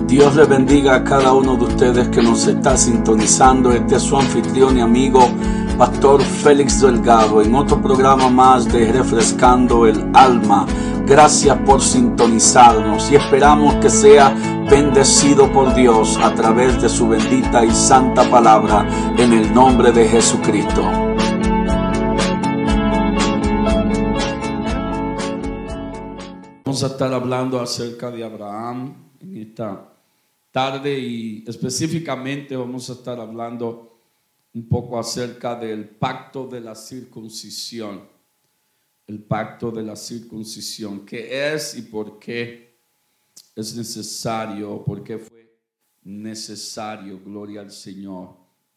Dios le bendiga a cada uno de ustedes que nos está sintonizando. Este es su anfitrión y amigo, Pastor Félix Delgado, en otro programa más de Refrescando el Alma. Gracias por sintonizarnos y esperamos que sea bendecido por Dios a través de su bendita y santa palabra, en el nombre de Jesucristo. Vamos a estar hablando acerca de Abraham en esta tarde y específicamente vamos a estar hablando un poco acerca del pacto de la circuncisión. El pacto de la circuncisión, qué es y por qué es necesario, por qué fue necesario, gloria al Señor.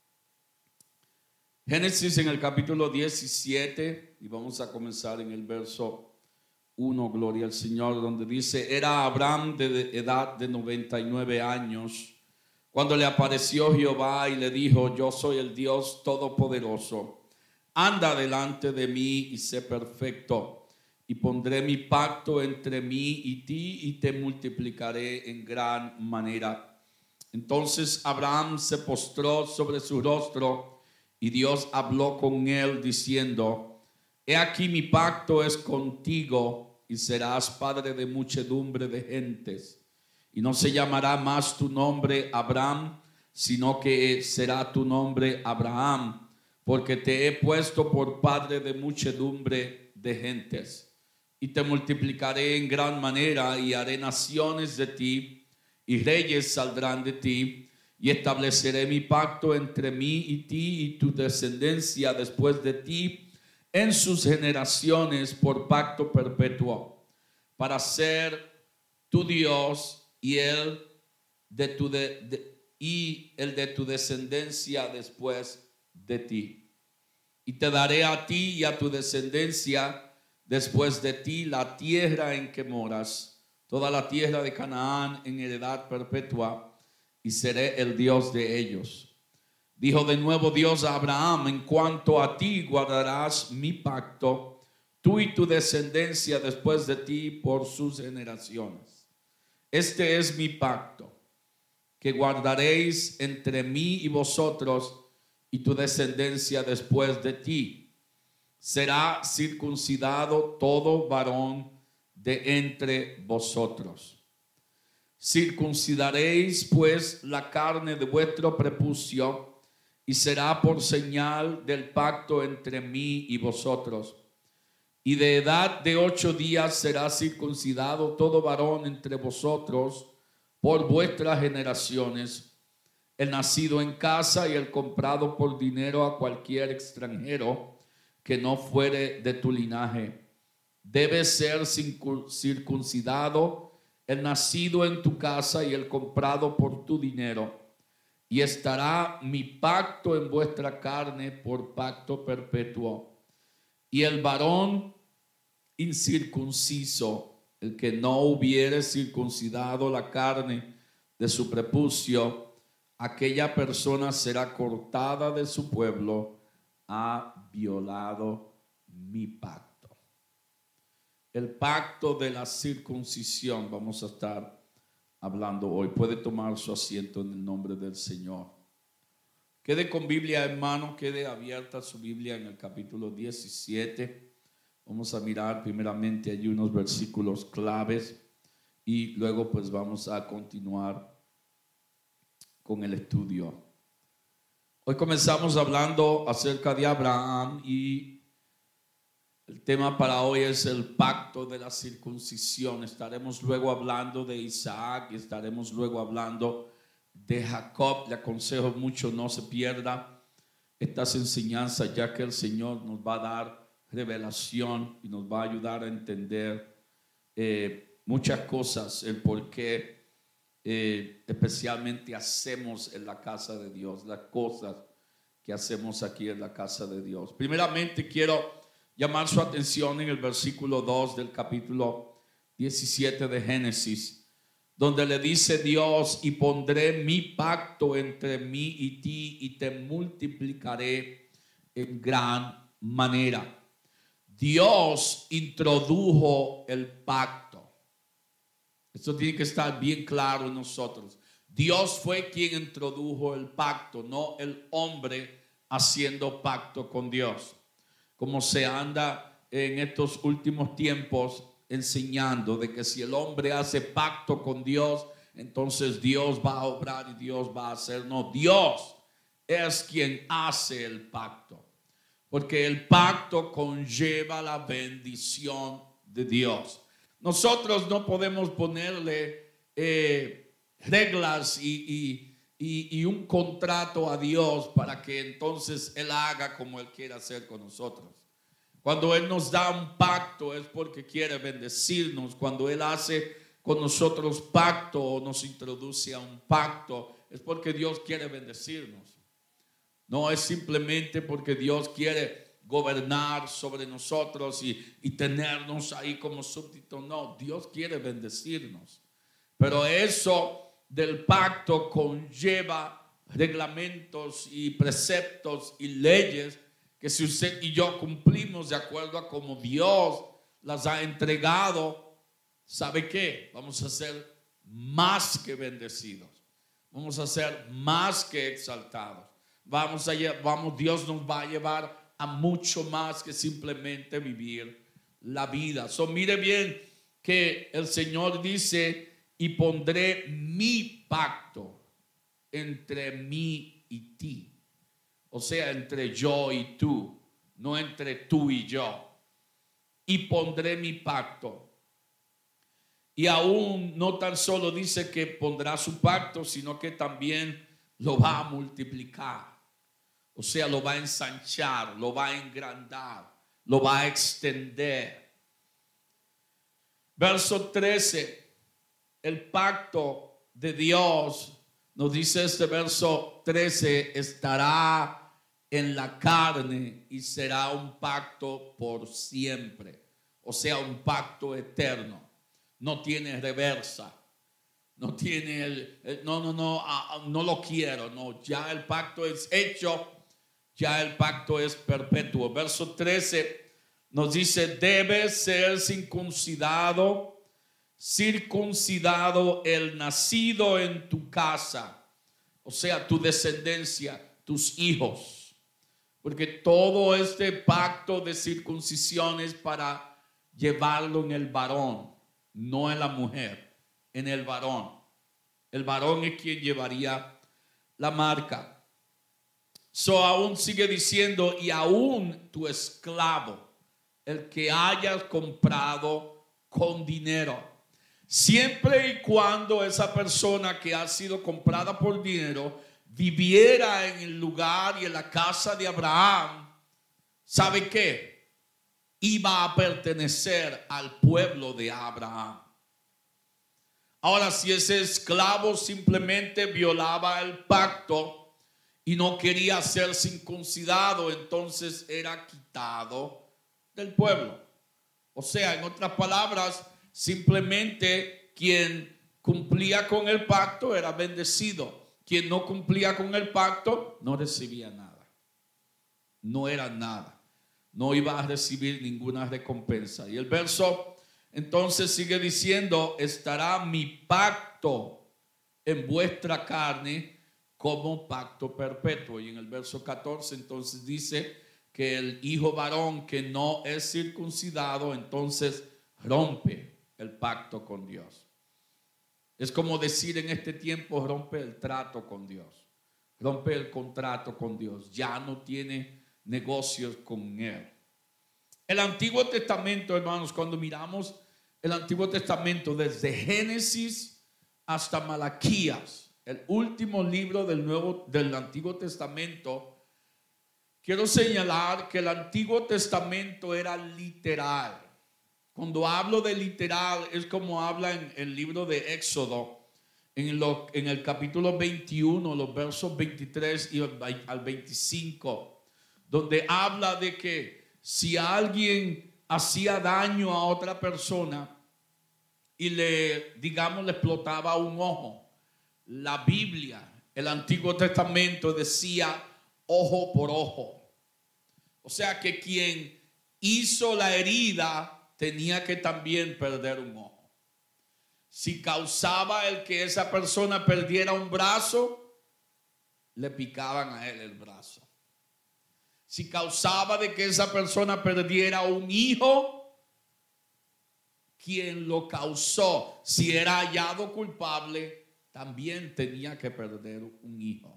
Génesis en el capítulo 17 y vamos a comenzar en el verso 1, gloria al Señor, donde dice: era Abraham de edad de 99 años cuando le apareció Jehová y le dijo: yo soy el Dios Todopoderoso, anda delante de mí y sé perfecto, y pondré mi pacto entre mí y ti y te multiplicaré en gran manera. Entonces Abraham se postró sobre su rostro y Dios habló con él diciendo: he aquí mi pacto es contigo y serás padre de muchedumbre de gentes. Y no se llamará más tu nombre Abraham, sino que será tu nombre Abraham, porque te he puesto por padre de muchedumbre de gentes. Y te multiplicaré en gran manera y haré naciones de ti y reyes saldrán de ti. Y estableceré mi pacto entre mí y ti y tu descendencia después de ti en sus generaciones por pacto perpetuo, para ser tu Dios y el de tu descendencia después de ti. Y te daré a ti y a tu descendencia después de ti la tierra en que moras, toda la tierra de Canaán en heredad perpetua, y seré el Dios de ellos. Dijo de nuevo Dios a Abraham: en cuanto a ti guardarás mi pacto, tú y tu descendencia después de ti por sus generaciones. Este es mi pacto, que guardaréis entre mí y vosotros y tu descendencia después de ti. Será circuncidado todo varón de entre vosotros. Circuncidaréis pues la carne de vuestro prepucio, y será por señal del pacto entre mí y vosotros. Y de edad de 8 días será circuncidado todo varón entre vosotros por vuestras generaciones, el nacido en casa y el comprado por dinero a cualquier extranjero que no fuere de tu linaje. Debe ser circuncidado el nacido en tu casa y el comprado por tu dinero. Y estará mi pacto en vuestra carne por pacto perpetuo. Y el varón incircunciso, el que no hubiere circuncidado la carne de su prepucio, aquella persona será cortada de su pueblo, ha violado mi pacto. El pacto de la circuncisión vamos a estar hablando hoy. Puede tomar su asiento en el nombre del Señor. Quede con Biblia en mano, quede abierta su Biblia en el capítulo 17. Vamos a mirar primeramente allí unos versículos claves y luego pues vamos a continuar con el estudio. Hoy comenzamos hablando acerca de Abraham y el tema para hoy es el pacto de la circuncisión. Estaremos luego hablando de Isaac y estaremos luego hablando de Jacob. Le aconsejo mucho no se pierda estas enseñanzas, ya que el Señor nos va a dar revelación y nos va a ayudar a entender muchas cosas, el por qué especialmente hacemos en la casa de Dios, las cosas que hacemos aquí en la casa de Dios. Primeramente quiero llamar su atención en el versículo 2 del capítulo 17 de Génesis, donde le dice Dios: y pondré mi pacto entre mí y ti y te multiplicaré en gran manera. Dios introdujo el pacto. Esto tiene que estar bien claro en nosotros. Dios fue quien introdujo el pacto, no el hombre haciendo pacto con Dios. Como se anda en estos últimos tiempos enseñando de que si el hombre hace pacto con Dios, entonces Dios va a obrar y Dios va a hacer. No, Dios es quien hace el pacto, porque el pacto conlleva la bendición de Dios. Nosotros no podemos ponerle reglas y un contrato a Dios para que entonces Él haga como Él quiera hacer con nosotros. Cuando Él nos da un pacto es porque quiere bendecirnos. Cuando Él hace con nosotros pacto o nos introduce a un pacto, es porque Dios quiere bendecirnos. No es simplemente porque Dios quiere gobernar sobre nosotros y tenernos ahí como súbditos. No, Dios quiere bendecirnos. Pero eso del pacto conlleva reglamentos y preceptos y leyes que si usted y yo cumplimos de acuerdo a como Dios las ha entregado, ¿sabe qué? Vamos a ser más que bendecidos. Vamos a ser más que exaltados. Dios nos va a llevar a mucho más que simplemente vivir la vida. Mire bien que el Señor dice: y pondré mi pacto entre mí y ti. O sea, entre yo y tú, no entre tú y yo. Y pondré mi pacto. Y aún no tan solo dice que pondrá su pacto, sino que también lo va a multiplicar. O sea, lo va a ensanchar, lo va a engrandar, lo va a extender. Verso 13. El pacto de Dios, nos dice este verso 13, estará en la carne y será un pacto por siempre. O sea, un pacto eterno. No tiene reversa. No tiene no lo quiero. No, ya el pacto es hecho. Ya el pacto es perpetuo. Verso 13 nos dice: debe ser circuncidado el nacido en tu casa, o sea, tu descendencia, tus hijos, porque todo este pacto de circuncisión es para llevarlo en el varón, no en la mujer, en el varón. El varón es quien llevaría la marca. Aún sigue diciendo: y aún tu esclavo, el que hayas comprado con dinero. Siempre y cuando esa persona que ha sido comprada por dinero viviera en el lugar y en la casa de Abraham, ¿sabe qué? Iba a pertenecer al pueblo de Abraham. Ahora, si ese esclavo simplemente violaba el pacto y no quería ser circuncidado, entonces era quitado del pueblo. O sea, en otras palabras, simplemente quien cumplía con el pacto era bendecido. Quien no cumplía con el pacto no recibía nada. No era nada. No iba a recibir ninguna recompensa. Y el verso entonces sigue diciendo: estará mi pacto en vuestra carne como pacto perpetuo. Y en el verso 14 entonces dice que el hijo varón que no es circuncidado entonces rompe el pacto con Dios. Es como decir en este tiempo: rompe el trato con Dios, rompe el contrato con Dios, ya no tiene negocios con Él. El Antiguo Testamento, hermanos, cuando miramos el Antiguo Testamento desde Génesis hasta Malaquías, el último libro del Antiguo Testamento, quiero señalar que el Antiguo Testamento era literal. Cuando hablo de literal, es como habla en el libro de Éxodo, en el capítulo 21, los versos 23 y al 25, donde habla de que si alguien hacía daño a otra persona y le explotaba un ojo, la Biblia, el Antiguo Testamento decía ojo por ojo. O sea que quien hizo la herida tenía que también perder un ojo. Si causaba el que esa persona perdiera un brazo, le picaban a él el brazo. Si causaba de que esa persona perdiera un hijo, quien lo causó, si era hallado culpable, también tenía que perder un hijo.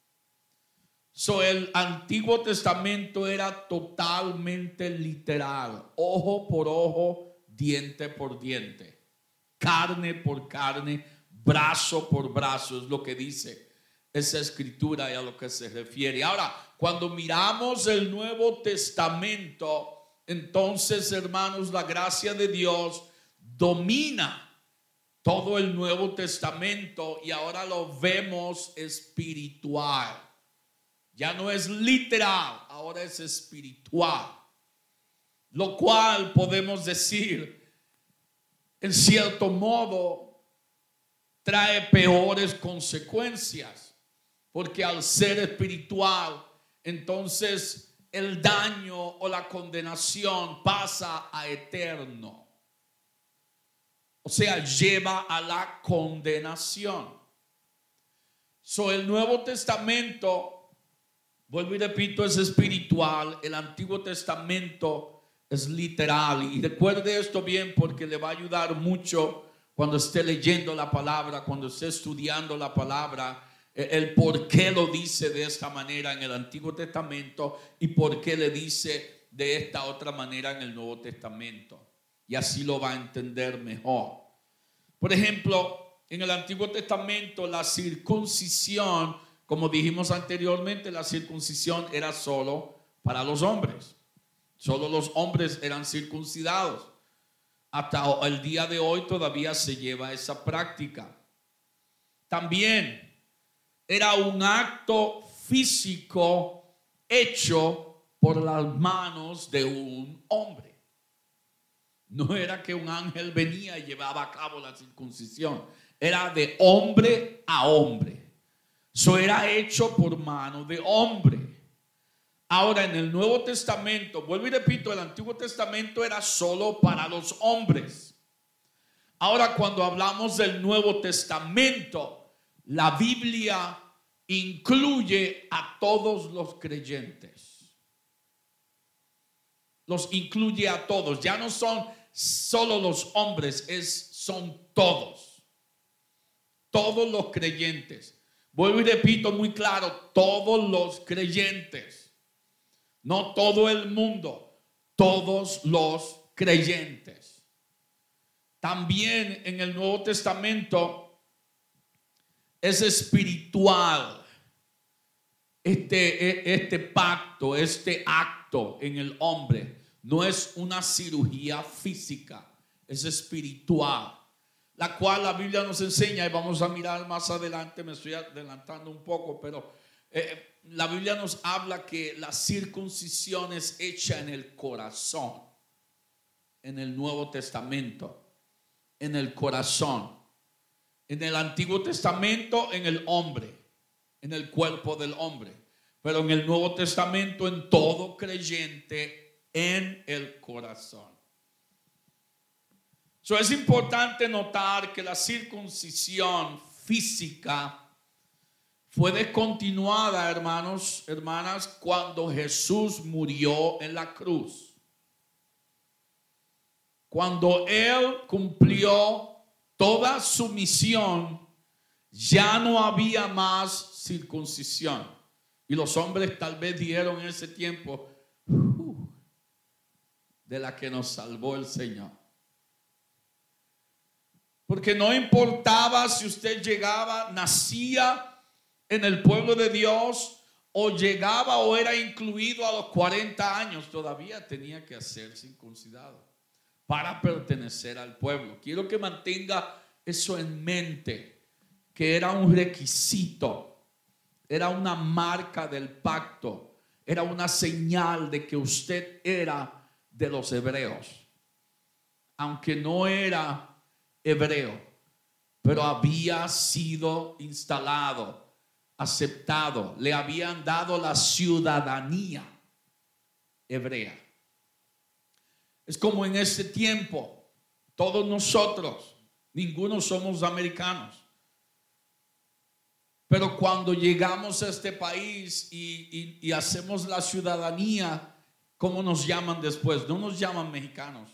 El Antiguo Testamento era totalmente literal, ojo por ojo, diente por diente. Carne por carne, brazo por brazo, es lo que dice esa escritura y a lo que se refiere. Ahora, cuando miramos el Nuevo Testamento, entonces, hermanos, la gracia de Dios domina todo el Nuevo Testamento y ahora lo vemos espiritual. Ya no es literal, ahora es espiritual. Lo cual podemos decir, en cierto modo, trae peores consecuencias, porque al ser espiritual, entonces el daño o la condenación pasa a eterno. O sea, lleva a la condenación. El Nuevo Testamento, vuelvo y repito, es espiritual. El Antiguo Testamento es literal, y recuerde esto bien porque le va a ayudar mucho cuando esté leyendo la palabra, cuando esté estudiando la palabra, el por qué lo dice de esta manera en el Antiguo Testamento y por qué le dice de esta otra manera en el Nuevo Testamento, y así lo va a entender mejor. Por ejemplo, en el Antiguo Testamento la circuncisión, como dijimos anteriormente, la circuncisión era solo para los hombres. Solo los hombres eran circuncidados. Hasta el día de hoy todavía se lleva esa práctica. También era un acto físico hecho por las manos de un hombre. No era que un ángel venía y llevaba a cabo la circuncisión. Era de hombre a hombre. Eso era hecho por mano de hombre. Ahora, en el Nuevo Testamento, vuelvo y repito, el Antiguo Testamento era solo para los hombres. Ahora, cuando hablamos del Nuevo Testamento, la Biblia incluye a todos los creyentes. Los incluye a todos. Ya no son solo los hombres, son todos. Todos los creyentes. Vuelvo y repito muy claro, todos los creyentes. No todo el mundo, todos los creyentes. También en el Nuevo Testamento es espiritual este pacto, este acto en el hombre. No es una cirugía física, es espiritual, la cual la Biblia nos enseña, y vamos a mirar más adelante. Me estoy adelantando un poco, pero la Biblia nos habla que la circuncisión es hecha en el corazón. En el Nuevo Testamento, en el corazón. En el Antiguo Testamento, en el hombre, en el cuerpo del hombre. Pero en el Nuevo Testamento, en todo creyente, en el corazón. Es importante notar que la circuncisión física fue descontinuada, hermanos, hermanas, cuando Jesús murió en la cruz. Cuando Él cumplió toda su misión, ya no había más circuncisión. Y los hombres tal vez dijeron en ese tiempo, de la que nos salvó el Señor. Porque no importaba si usted llegaba, nacía en el pueblo de Dios, o llegaba o era incluido a los 40 años, todavía tenía que ser circuncidado para pertenecer al pueblo. Quiero que mantenga eso en mente, que era un requisito, era una marca del pacto, era una señal de que usted era de los hebreos, aunque no era hebreo, pero había sido instalado, aceptado, le habían dado la ciudadanía hebrea. Es como en ese tiempo, todos nosotros, Ninguno somos americanos. Pero cuando llegamos a este país y hacemos la ciudadanía, ¿cómo nos llaman después? No nos llaman mexicanos,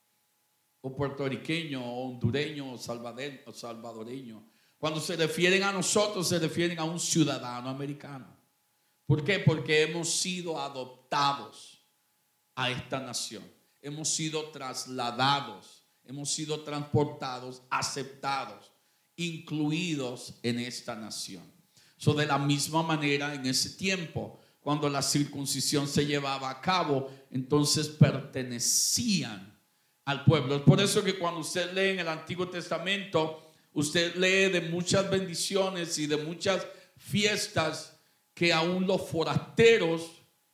o puertorriqueño, o hondureño, o salvadoreño. Cuando se refieren a nosotros, se refieren a un ciudadano americano. ¿Por qué? Porque hemos sido adoptados a esta nación. Hemos sido trasladados, hemos sido transportados, aceptados, incluidos en esta nación. So, de la misma manera, en ese tiempo, cuando la circuncisión se llevaba a cabo, entonces pertenecían al pueblo. Es por eso que cuando usted lee en el Antiguo Testamento, usted lee de muchas bendiciones y de muchas fiestas que aún los forasteros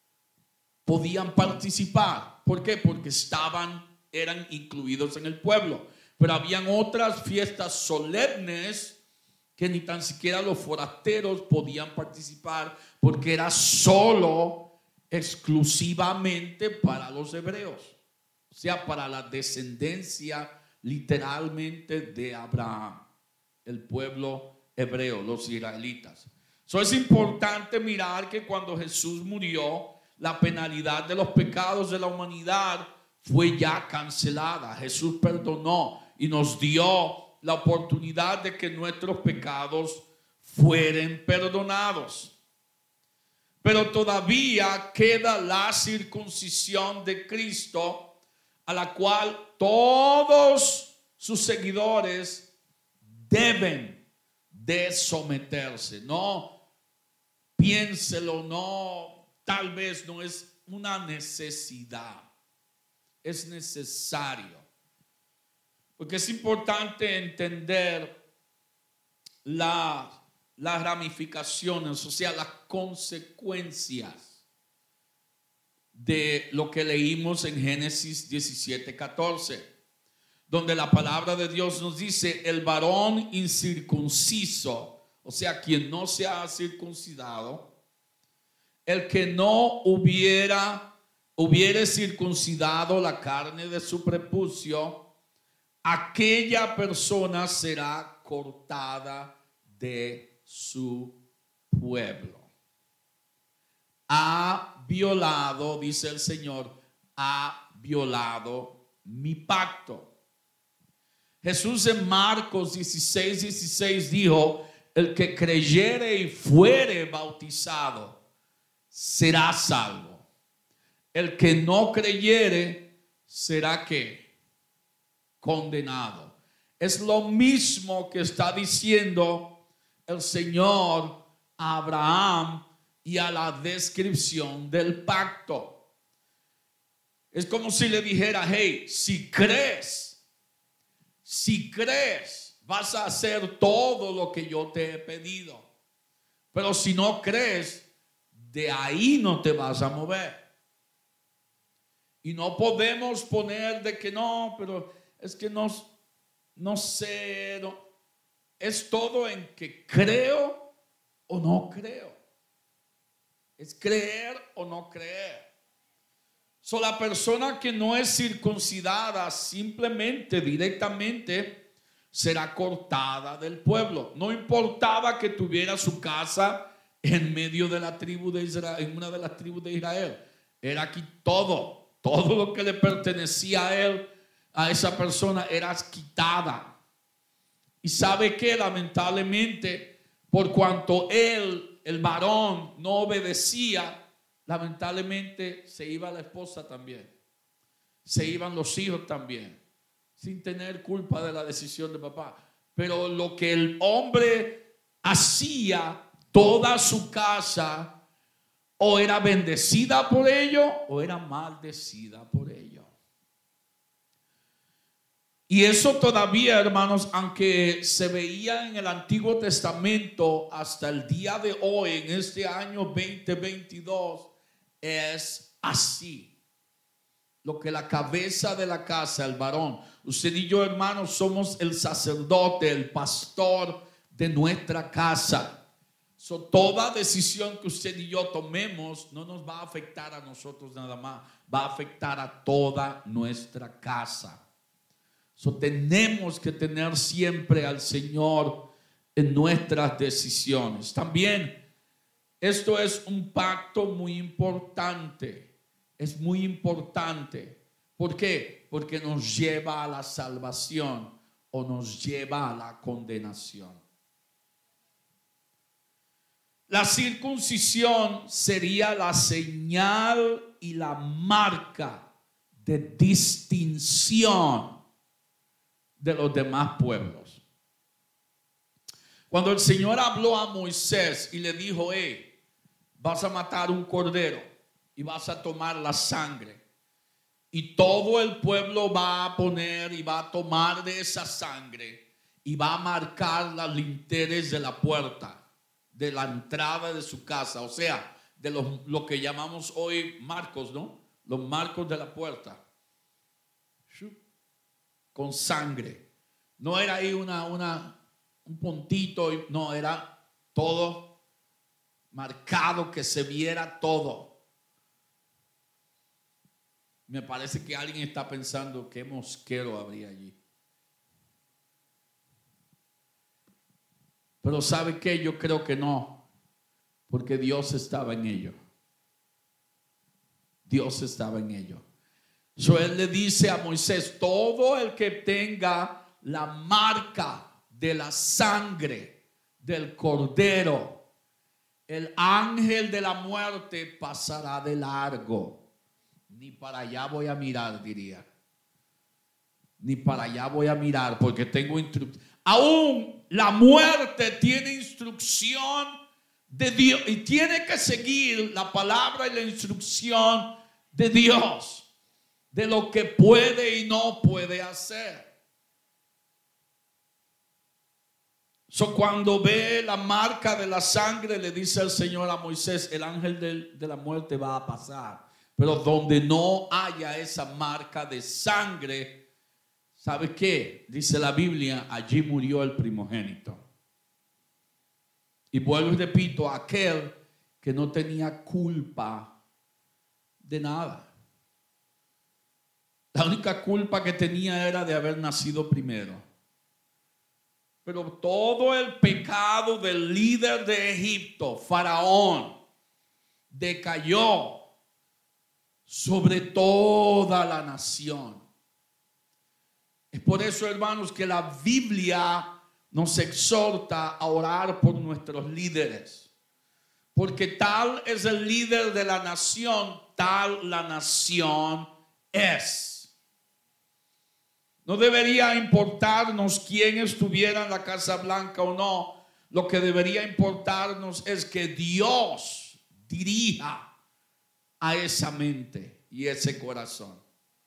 podían participar. ¿Por qué? Porque eran incluidos en el pueblo. Pero habían otras fiestas solemnes que ni tan siquiera los forasteros podían participar, porque era solo, exclusivamente para los hebreos. O sea, para la descendencia literalmente de Abraham, el pueblo hebreo, los israelitas. Es importante mirar que cuando Jesús murió, la penalidad de los pecados de la humanidad fue ya cancelada. Jesús perdonó y nos dio la oportunidad de que nuestros pecados fueren perdonados. Pero todavía queda la circuncisión de Cristo, a la cual todos sus seguidores deben de someterse. No, piénselo, no, tal vez no es una necesidad, es necesario. Porque es importante entender las ramificaciones, o sea, las consecuencias de lo que leímos en Génesis 17:14, donde la palabra de Dios nos dice: el varón incircunciso, o sea, quien no se ha circuncidado, el que no hubiere circuncidado la carne de su prepucio, aquella persona será cortada de su pueblo. Ha violado, dice el Señor, ha violado mi pacto. Jesús en Marcos 16:16 dijo: el que creyere y fuere bautizado será salvo. El que no creyere será ¿qué? Condenado. Es lo mismo que está diciendo el Señor a Abraham y a la descripción del pacto. Es como si le dijera: hey, si crees, vas a hacer todo lo que yo te he pedido. Pero si no crees, de ahí no te vas a mover. Y no podemos poner de que no, pero es que no sé. No. Es todo en que creo o no creo. Es creer o no creer. La persona que no es circuncidada simplemente, directamente, será cortada del pueblo. No importaba que tuviera su casa en medio de la tribu de Israel, en una de las tribus de Israel. Era aquí todo lo que le pertenecía a él, a esa persona, era quitada. Y sabe que lamentablemente, por cuanto él, el varón, no obedecía, lamentablemente se iba la esposa también, se iban los hijos también, sin tener culpa de la decisión de papá. Pero lo que el hombre hacía, toda su casa o era bendecida por ello o era maldecida por ello. Y eso todavía, hermanos, aunque se veía en el Antiguo Testamento, hasta el día de hoy, en este año 2022, es así. Lo que la cabeza de la casa, el varón, usted y yo, hermanos, somos el sacerdote, el pastor de nuestra casa. Toda decisión que usted y yo tomemos no nos va a afectar a nosotros nada más, va a afectar a toda nuestra casa. Tenemos que tener siempre al Señor en nuestras decisiones. También esto es un pacto muy importante. Es muy importante. ¿Por qué? Porque nos lleva a la salvación o nos lleva a la condenación. La circuncisión sería la señal y la marca de distinción de los demás pueblos. Cuando el Señor habló a Moisés y le dijo: vas a matar un cordero y vas a tomar la sangre, y todo el pueblo va a poner y va a tomar de esa sangre y va a marcar las linternas de la puerta, de la entrada de su casa, o sea, de lo que llamamos hoy marcos, ¿no? Los marcos de la puerta, con sangre. No era ahí un puntito, no, era todo marcado, que se viera todo. Me parece que alguien está pensando: ¿qué mosquero habría allí? Pero ¿sabe qué? Yo creo que no, porque Dios estaba en ello. Dios estaba en ello. Él le dice a Moisés: todo el que tenga la marca de la sangre del cordero, el ángel de la muerte pasará de largo. Ni para allá voy a mirar, diría. Ni para allá voy a mirar, porque tengo instrucción. Aún la muerte tiene instrucción de Dios y tiene que seguir la palabra y la instrucción de Dios, de lo que puede y no puede hacer. Cuando ve la marca de la sangre, le dice el Señor a Moisés: el ángel de la muerte va a pasar, pero donde no haya esa marca de sangre, ¿sabe qué? Dice la Biblia: allí murió el primogénito. Y vuelvo y repito, aquel que no tenía culpa de nada. La única culpa que tenía era de haber nacido primero. Pero todo el pecado del líder de Egipto, Faraón, decayó sobre toda la nación. Es por eso, hermanos, que la Biblia nos exhorta a orar por nuestros líderes. Porque tal es el líder de la nación, tal la nación es. No debería importarnos quién estuviera en la Casa Blanca o no. Lo que debería importarnos es que Dios dirija a esa mente y ese corazón.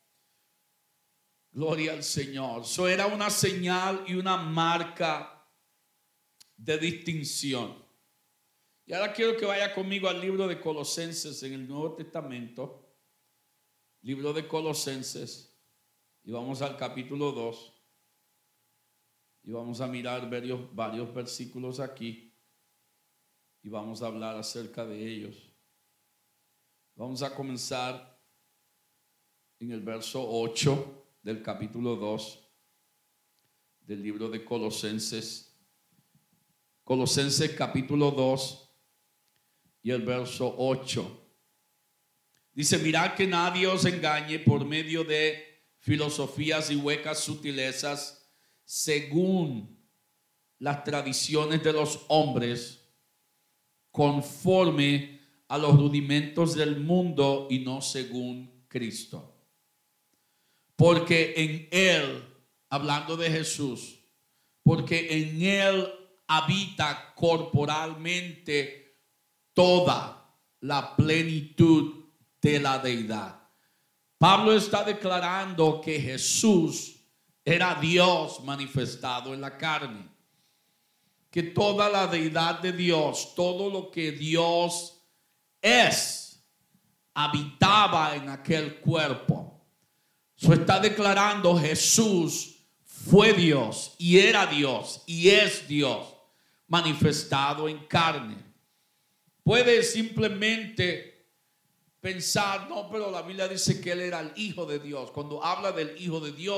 Gloria al Señor. Eso era una señal y una marca de distinción. Y ahora quiero que vaya conmigo al libro de Colosenses en el Nuevo Testamento. Libro de Colosenses. Y vamos al capítulo 2. Y vamos a mirar varios versículos aquí. Y vamos a hablar acerca de ellos. Vamos a comenzar en el verso 8 del capítulo 2 del libro de Colosenses. Colosenses capítulo 2 y el verso 8. Dice: mirad que nadie os engañe por medio de filosofías y huecas sutilezas, según las tradiciones de los hombres, conforme a los rudimentos del mundo y no según Cristo. Porque en Él, hablando de Jesús, porque en Él habita corporalmente toda la plenitud de la deidad. Pablo está declarando que Jesús era Dios manifestado en la carne. Que toda la deidad de Dios, todo lo que Dios es, habitaba en aquel cuerpo. Eso está declarando: Jesús fue Dios y era Dios y es Dios manifestado en carne. Puede simplemente pensar: no, pero la Biblia dice que Él era el Hijo de Dios. Cuando habla del Hijo de Dios,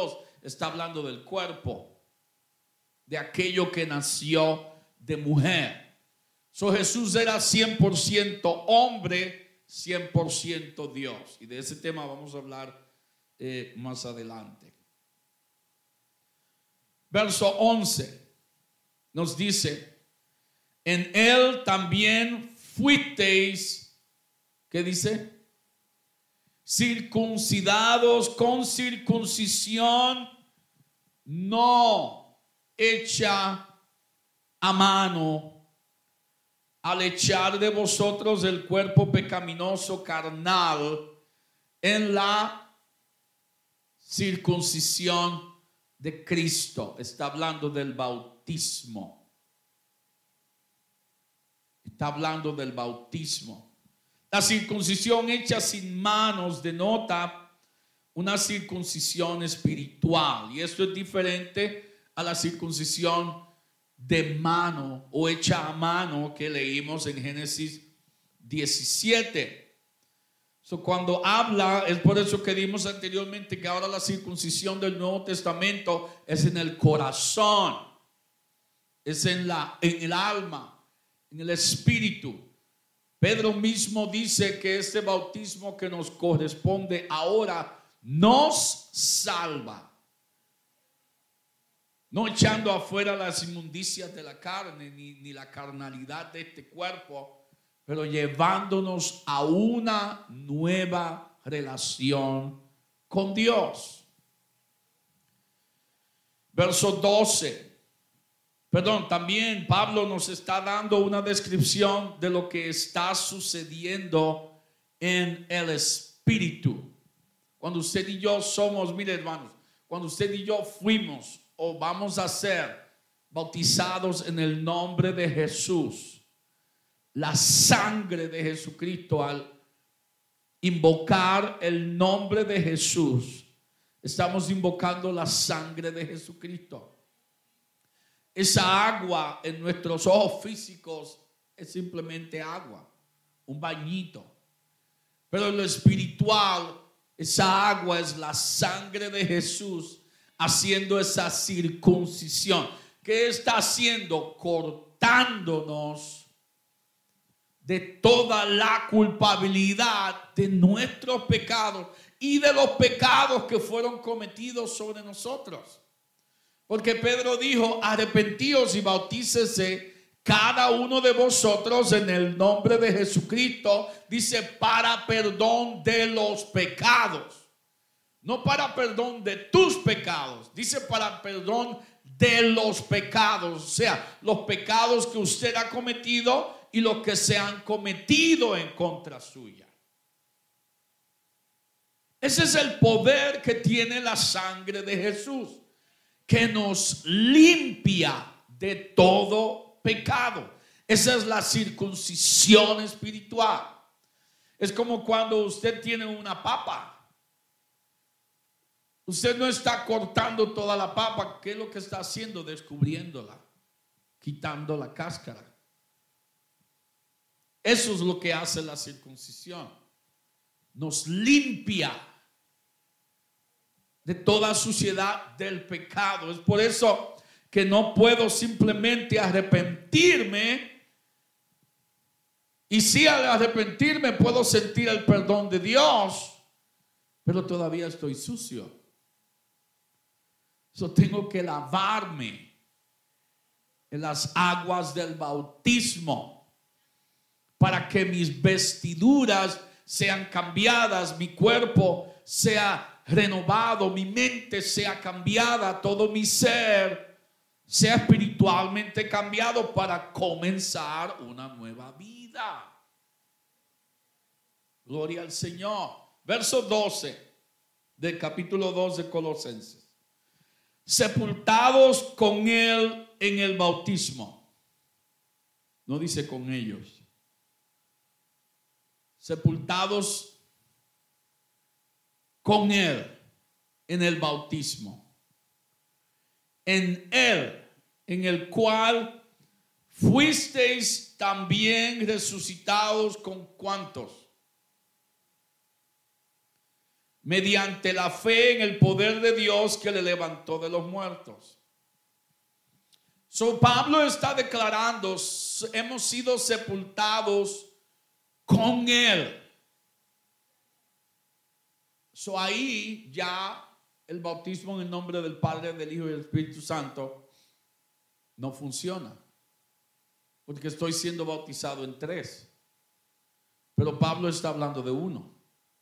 está hablando del cuerpo, de aquello que nació de mujer. Jesús era 100% hombre, 100% Dios. Y de ese tema vamos a hablar más adelante. Verso 11 nos dice: en él también fuisteis, ¿qué dice? Circuncidados con circuncisión no hecha a mano, al echar de vosotros el cuerpo pecaminoso carnal en la circuncisión de Cristo. Está hablando del bautismo. Está hablando del bautismo. La circuncisión hecha sin manos denota una circuncisión espiritual. Y esto es diferente a la circuncisión de mano o hecha a mano que leímos en Génesis 17. Cuando habla, es por eso que dimos anteriormente que ahora la circuncisión del Nuevo Testamento es en el corazón, es en el alma, en el espíritu. Pedro mismo dice que este bautismo que nos corresponde ahora nos salva, no echando afuera las inmundicias de la carne ni la carnalidad de este cuerpo, pero llevándonos a una nueva relación con Dios. Verso 12. También Pablo nos está dando una descripción de lo que está sucediendo en el Espíritu. Cuando usted y yo somos, mire hermanos, cuando usted y yo fuimos o vamos a ser bautizados en el nombre de Jesús, la sangre de Jesucristo, al invocar el nombre de Jesús, estamos invocando la sangre de Jesucristo. Esa agua en nuestros ojos físicos es simplemente agua, un bañito. Pero en lo espiritual, esa agua es la sangre de Jesús haciendo esa circuncisión. ¿Qué está haciendo? Cortándonos de toda la culpabilidad de nuestros pecados y de los pecados que fueron cometidos sobre nosotros. Porque Pedro dijo: arrepentíos y bautícese cada uno de vosotros en el nombre de Jesucristo, dice, para perdón de los pecados. No para perdón de tus pecados, dice para perdón de los pecados. O sea, los pecados que usted ha cometido y los que se han cometido en contra suya. Ese es el poder que tiene la sangre de Jesús, que nos limpia de todo pecado. Esa es la circuncisión espiritual. Es como cuando usted tiene una papa. Usted no está cortando toda la papa. ¿Qué es lo que está haciendo? Descubriéndola, quitando la cáscara. Eso es lo que hace la circuncisión. Nos limpia de toda suciedad del pecado. Es por eso que no puedo simplemente arrepentirme. Y si al arrepentirme puedo sentir el perdón de Dios, pero todavía estoy sucio. Tengo que lavarme en las aguas del bautismo para que mis vestiduras sean cambiadas, mi cuerpo sea renovado, mi mente sea cambiada, todo mi ser sea espiritualmente cambiado para comenzar una nueva vida. Gloria al Señor. Verso 12 del capítulo 2 de Colosenses. Sepultados con él en el bautismo. No dice con ellos. Sepultados con él en el bautismo. En él, en el cual fuisteis también resucitados con ¿cuántos? mediante la fe en el poder de Dios que le levantó de los muertos. So, Pablo está declarando, hemos sido sepultados con Él. So, ahí ya el bautismo en el nombre del Padre, del Hijo y del Espíritu Santo no funciona, porque estoy siendo bautizado en 3. Pero Pablo está hablando de 1.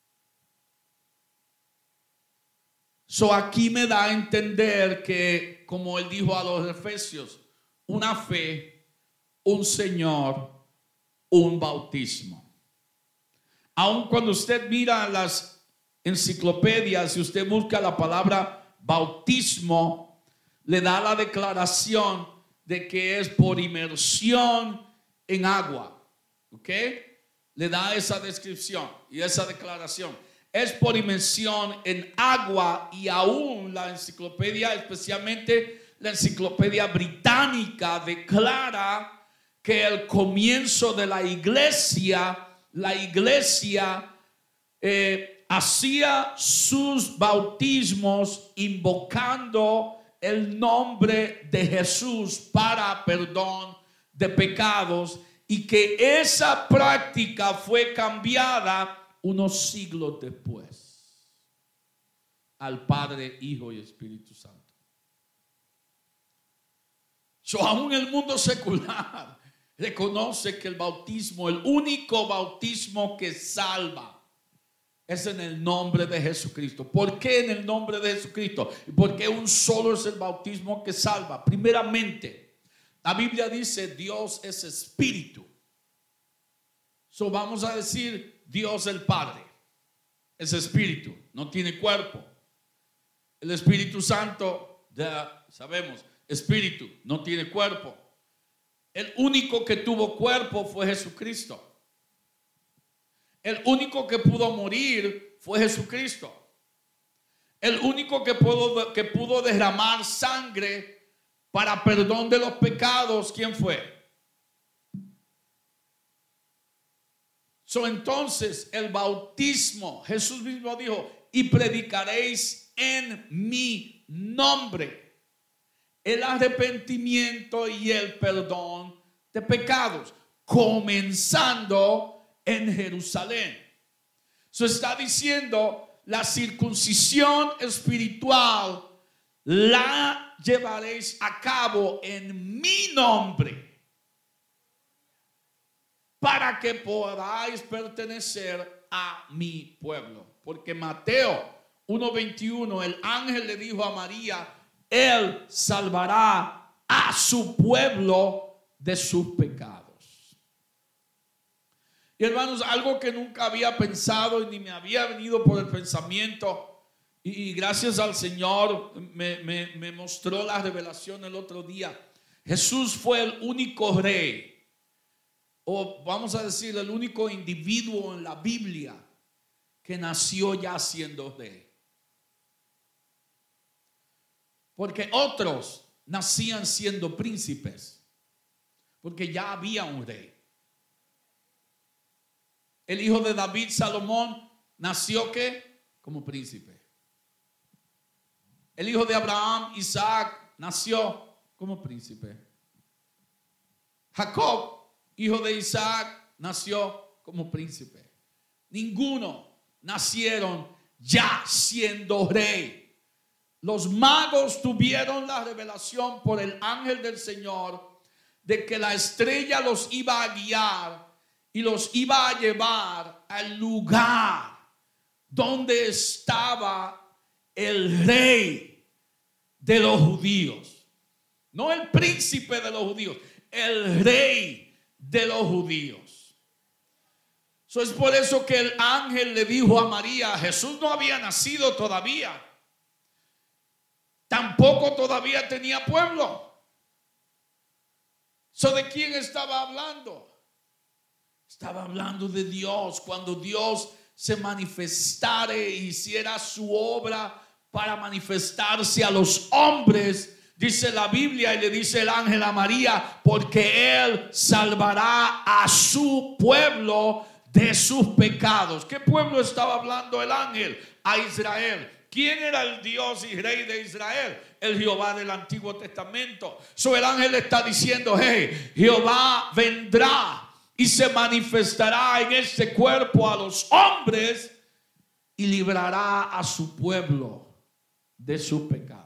So, aquí me da a entender que, como él dijo a los efesios, una fe, un Señor, un bautismo. Aun cuando usted mira las enciclopedias y usted busca la palabra bautismo, le da la declaración de que es por inmersión en agua. ¿Ok? Le da esa descripción y esa declaración. Es por inmersión en agua, y aún la enciclopedia, especialmente la enciclopedia británica, declara que el comienzo de la iglesia hacía sus bautismos invocando el nombre de Jesús para perdón de pecados, y que esa práctica fue cambiada unos siglos después al Padre, Hijo y Espíritu Santo. Aún el mundo secular reconoce que el bautismo, el único bautismo que salva, es en el nombre de Jesucristo. ¿Por qué en el nombre de Jesucristo? Porque un solo es el bautismo que salva. Primeramente, la Biblia dice Dios es espíritu. Vamos a decir Dios el Padre es espíritu, no tiene cuerpo. El Espíritu Santo, ya sabemos, espíritu, no tiene cuerpo. El único que tuvo cuerpo fue Jesucristo. El único que pudo morir fue Jesucristo. El único que pudo derramar sangre para perdón de los pecados, ¿quién fue? Entonces el bautismo, Jesús mismo dijo, y predicaréis en mi nombre el arrepentimiento y el perdón de pecados, comenzando en Jerusalén. Está diciendo, la circuncisión espiritual la llevaréis a cabo en mi nombre, para que podáis pertenecer a mi pueblo. Porque Mateo 1:21, el ángel le dijo a María, Él salvará a su pueblo de sus pecados. Y hermanos, algo que nunca había pensado y ni me había venido por el pensamiento, y gracias al Señor me mostró la revelación el otro día. Jesús fue el único rey, o vamos a decir el único individuo en la Biblia que nació ya siendo rey. Porque otros nacían siendo príncipes, porque ya había un rey. El hijo de David, Salomón, nació ¿qué? Como príncipe. El hijo de Abraham, Isaac, nació como príncipe. Jacob, hijo de Isaac, nació como príncipe. Ninguno nacieron ya siendo rey. Los magos tuvieron la revelación por el ángel del Señor de que la estrella los iba a guiar y los iba a llevar al lugar donde estaba el rey de los judíos. No el príncipe de los judíos, el rey de los judíos. Es por eso que el ángel le dijo a María, Jesús no había nacido todavía, tampoco todavía tenía pueblo. ¿De quién estaba hablando? Estaba hablando de Dios. Cuando Dios se manifestara e hiciera su obra para manifestarse a los hombres, dice la Biblia, y le dice el ángel a María, porque Él salvará a su pueblo de sus pecados. ¿Qué pueblo estaba hablando el ángel? A Israel. ¿Quién era el Dios y Rey de Israel? El Jehová del Antiguo Testamento. El ángel está diciendo: hey, Jehová vendrá y se manifestará en este cuerpo a los hombres y librará a su pueblo de sus pecados.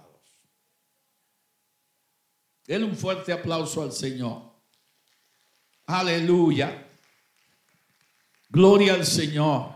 Denle un fuerte aplauso al Señor. Aleluya. Gloria al Señor.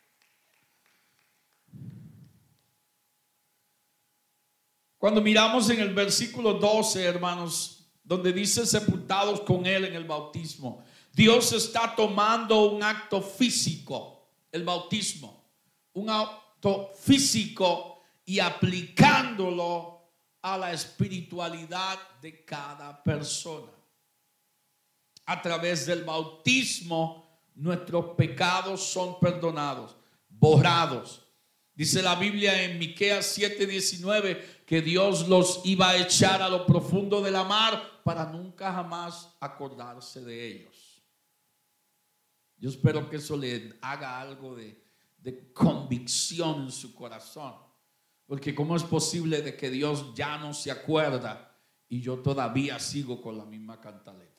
Cuando miramos en el versículo 12, hermanos, donde dice sepultados con Él en el bautismo, Dios está tomando un acto físico, el bautismo, un acto físico, y aplicándolo a la espiritualidad de cada persona. A través del bautismo, nuestros pecados son perdonados, borrados. Dice la Biblia en Miqueas 7:19 que Dios los iba a echar a lo profundo de la mar para nunca jamás acordarse de ellos. Yo espero que eso le haga algo de convicción en su corazón. Porque ¿cómo es posible de que Dios ya no se acuerda y yo todavía sigo con la misma cantaleta?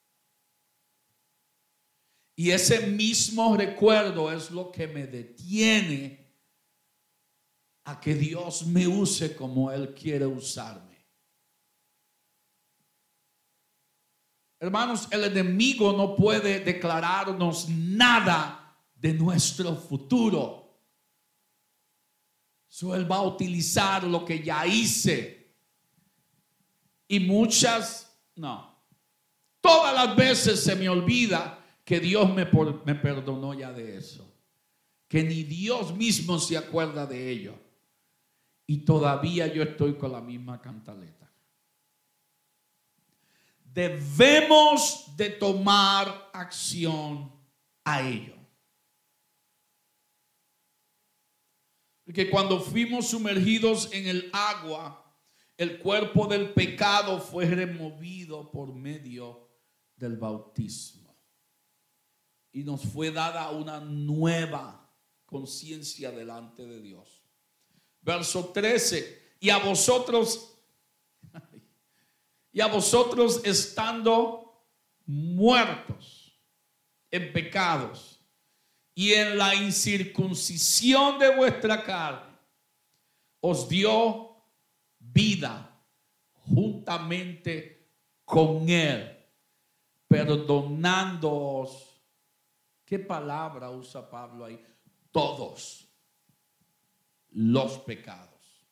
Y ese mismo recuerdo es lo que me detiene a que Dios me use como Él quiere usarme. Hermanos, el enemigo no puede declararnos nada de nuestro futuro. Él va a utilizar lo que ya hice. Y todas las veces se me olvida que Dios me perdonó ya de eso. Que ni Dios mismo se acuerda de ello. Y todavía yo estoy con la misma cantaleta. Debemos de tomar acción a ello. Porque cuando fuimos sumergidos en el agua, el cuerpo del pecado fue removido por medio del bautismo. Y nos fue dada una nueva conciencia delante de Dios. Verso 13. Y a vosotros estando muertos en pecados y en la incircuncisión de vuestra carne, os dio vida juntamente con Él, perdonándoos. ¿Qué palabra usa Pablo ahí? Todos los pecados.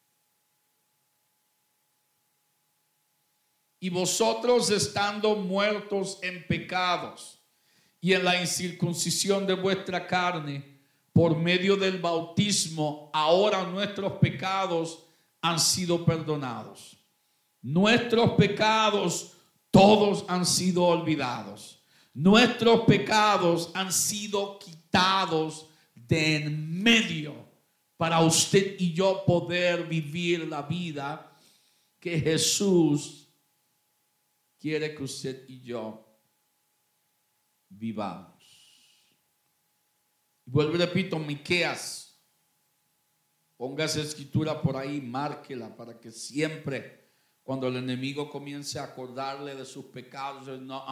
Y vosotros estando muertos en pecados y en la incircuncisión de vuestra carne, por medio del bautismo, ahora nuestros pecados han sido perdonados. Nuestros pecados todos han sido olvidados. Nuestros pecados han sido quitados de en medio para usted y yo poder vivir la vida que Jesús quiere que usted y yo vivamos. Vuelvo y repito, Miqueas. Ponga esa escritura por ahí, márquela para que siempre cuando el enemigo comience a acordarle de sus pecados,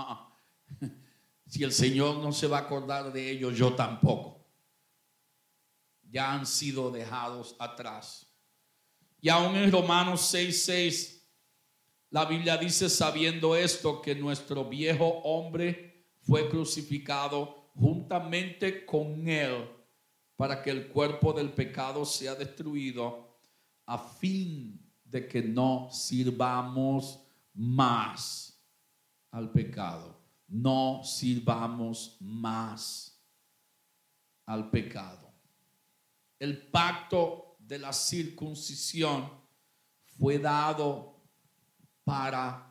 si el Señor no se va a acordar de ellos, yo tampoco. Ya han sido dejados atrás. Y aún en Romanos 6:6, la Biblia dice: sabiendo esto, que nuestro viejo hombre fue crucificado juntamente con Él, para que el cuerpo del pecado sea destruido, a fin de que no sirvamos más al pecado. No sirvamos más al pecado. El pacto de la circuncisión fue dado para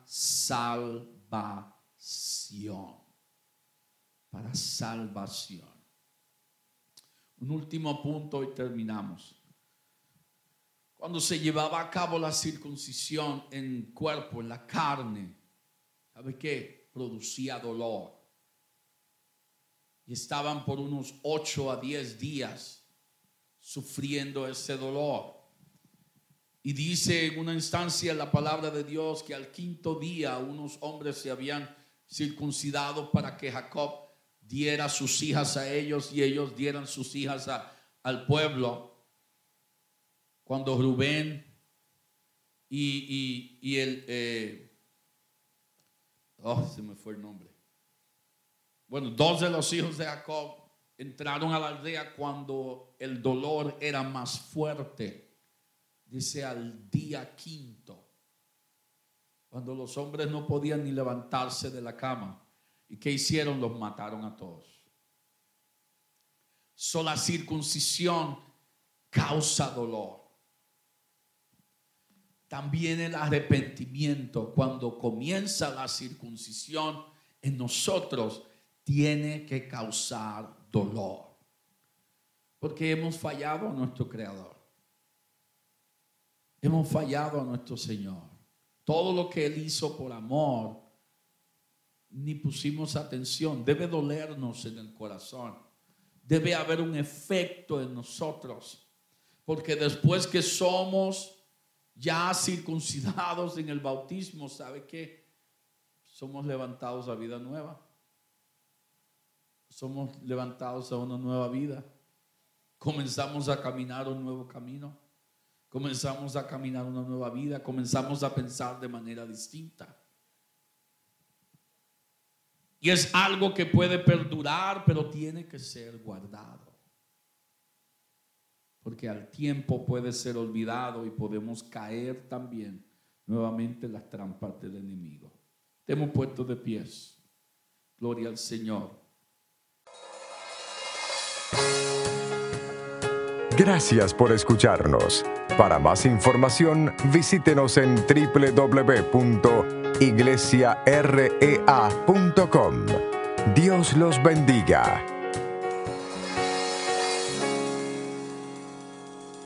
salvación. Para salvación. Un último punto y terminamos. Cuando se llevaba a cabo la circuncisión en el cuerpo, en la carne, ¿sabe qué? Producía dolor. y estaban por unos 8 a 10 días sufriendo ese dolor. Y dice en una instancia en la palabra de Dios que al 5.º día unos hombres se habían circuncidado para que Jacob diera sus hijas a ellos y ellos dieran sus hijas al pueblo. Cuando Rubén y el se me fue el nombre. Bueno, 2 de los hijos de Jacob entraron a la aldea cuando el dolor era más fuerte. Dice al día 5, cuando los hombres no podían ni levantarse de la cama. ¿Y qué hicieron? Los mataron a todos. La circuncisión causa dolor. También el arrepentimiento, cuando comienza la circuncisión en nosotros, tiene que causar dolor. Porque hemos fallado a nuestro Creador. Hemos fallado a nuestro Señor. Todo lo que Él hizo por amor, ni pusimos atención. Debe dolernos en el corazón. Debe haber un efecto en nosotros. Porque después que somos ya circuncidados en el bautismo, ¿sabe qué? Somos levantados a vida nueva. Somos levantados a una nueva vida. Comenzamos a caminar un nuevo camino. Comenzamos a caminar una nueva vida. Comenzamos a pensar de manera distinta. Y es algo que puede perdurar, pero tiene que ser guardado. Porque al tiempo puede ser olvidado y podemos caer también nuevamente en las trampas del enemigo. Estemos puestos de pies. Gloria al Señor. Gracias por escucharnos. Para más información, visítenos en www.iglesiarea.com. Dios los bendiga.